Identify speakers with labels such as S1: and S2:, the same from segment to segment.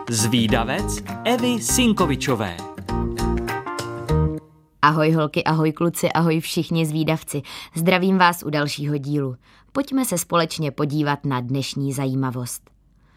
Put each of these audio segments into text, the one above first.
S1: Zvídavec Evy Sinkovičové.
S2: Ahoj holky, ahoj kluci, ahoj všichni zvídavci. Zdravím vás u dalšího dílu. Pojďme se společně podívat na dnešní zajímavost.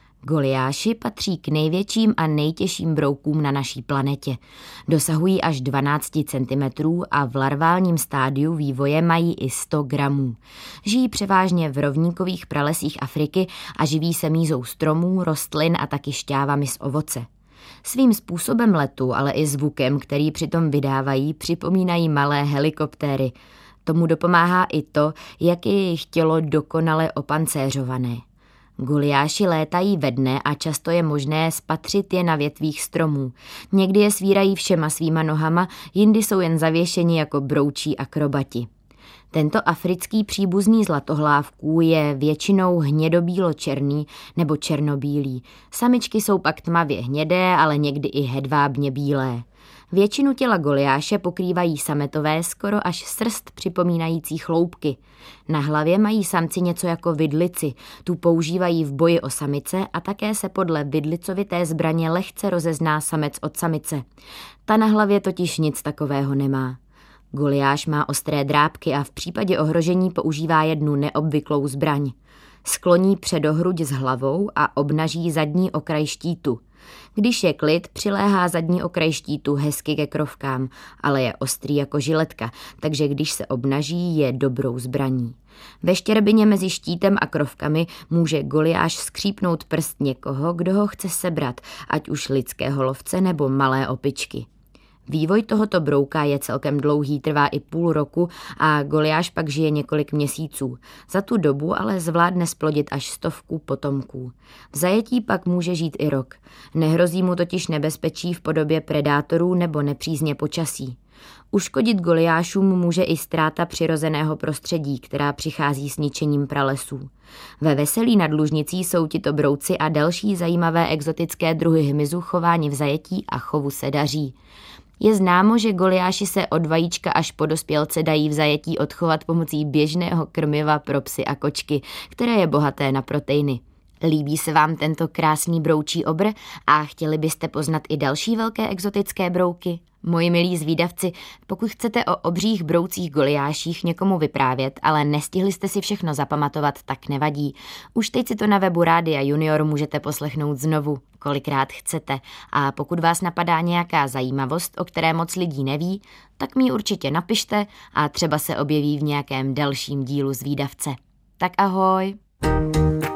S2: Goliáši patří k největším a nejtěžším broukům na naší planetě. Dosahují až 12 cm a v larválním stádiu vývoje mají i 100 gramů. Žijí převážně v rovníkových pralesích Afriky a živí se mízou stromů, rostlin a taky šťávami z ovoce. Svým způsobem letu, ale i zvukem, který přitom vydávají, připomínají malé helikoptéry. Tomu dopomáhá i to, jak je jejich tělo dokonale opancéřované. Goliáši létají ve dne a často je možné spatřit je na větvích stromů. Někdy je svírají všema svýma nohama, jindy jsou jen zavěšeni jako broučí akrobati. Tento africký příbuzný zlatohlávků je většinou hnědobílo-černý nebo černobílý. Samičky jsou pak tmavě hnědé, ale někdy i hedvábně bílé. Většinu těla goliáše pokrývají sametové, skoro až srst připomínající chloupky. Na hlavě mají samci něco jako vidlici, tu používají v boji o samice a také se podle vidlicovité zbraně lehce rozezná samec od samice. Ta na hlavě totiž nic takového nemá. Goliáš má ostré drápky a v případě ohrožení používá jednu neobvyklou zbraň. Skloní předohruď s hlavou a obnaží zadní okraj štítu. Když je klid, přiléhá zadní okraj štítu hezky ke krovkám, ale je ostrý jako žiletka, takže když se obnaží, je dobrou zbraní. Ve štěrbině mezi štítem a krovkami může Goliáš skřípnout prst někoho, kdo ho chce sebrat, ať už lidského lovce nebo malé opičky. Vývoj tohoto brouka je celkem dlouhý, trvá i půl roku a Goliáš pak žije několik měsíců. Za tu dobu ale zvládne splodit až 100 potomků. V zajetí pak může žít i rok. Nehrozí mu totiž nebezpečí v podobě predátorů nebo nepřízně počasí. Uškodit Goliášům může i ztráta přirozeného prostředí, která přichází s ničením pralesů. Ve Veselí nad Lužnicí jsou tito brouci a další zajímavé exotické druhy hmyzu chováni v zajetí a chovu se daří. Je známo, že goliáši se od vajíčka až po dospělce dají v zajetí odchovat pomocí běžného krmiva pro psy a kočky, které je bohaté na proteiny. Líbí se vám tento krásný broučí obr a chtěli byste poznat i další velké exotické brouky? Moji milí zvídavci, pokud chcete o obřích broucích goliáších někomu vyprávět, ale nestihli jste si všechno zapamatovat, tak nevadí. Už teď si to na webu Rádia Junior můžete poslechnout znovu, kolikrát chcete. A pokud vás napadá nějaká zajímavost, o které moc lidí neví, tak mi ji určitě napište a třeba se objeví v nějakém dalším dílu Zvídavce. Tak ahoj!